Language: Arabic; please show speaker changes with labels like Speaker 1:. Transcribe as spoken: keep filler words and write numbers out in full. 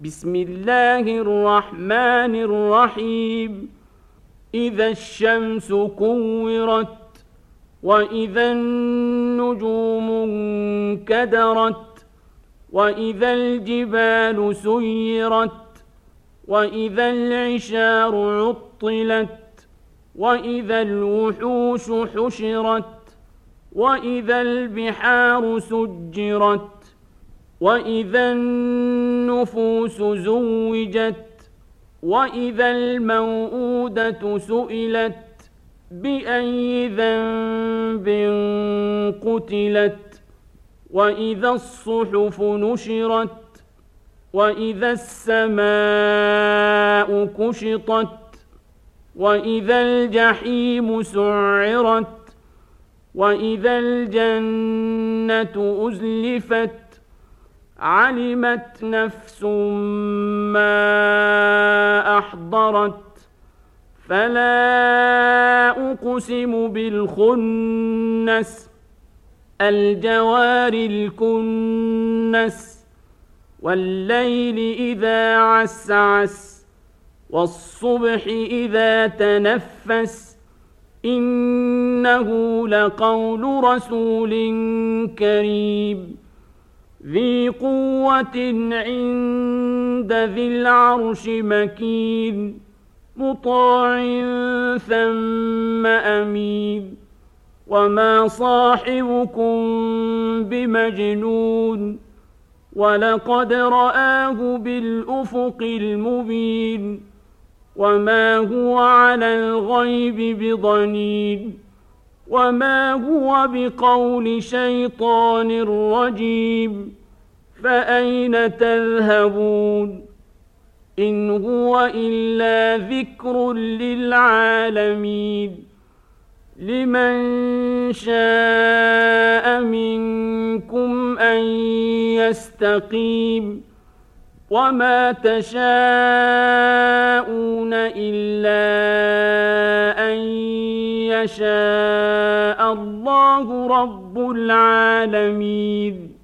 Speaker 1: بسم الله الرحمن الرحيم إذا الشمس كورت وإذا النجوم انكدرت وإذا الجبال سيرت وإذا العشار عطلت وإذا الوحوش حشرت وإذا البحار سجرت وإذا النفوس زوجت وإذا الموءودة سئلت بأي ذنب قتلت وإذا الصحف نشرت وإذا السماء كشطت وإذا الجحيم سعرت وإذا الجنة أزلفت علمت نفس ما أحضرت فلا أقسم بالخنس الجوار الكنس والليل إذا عسعس والصبح إذا تنفس إنه لقول رسول كريم ذي قوة عند ذي العرش مكين مطاع ثم أمين وما صاحبكم بمجنون ولقد رآه بالأفق المبين وما هو على الغيب بضنين وما هو بقول شيطان رجيم فأين تذهبون إن هو إلا ذكر للعالمين لمن شاء منكم أن يستقيم وما تشاءون إلا أن يشاء الله رب العالمين.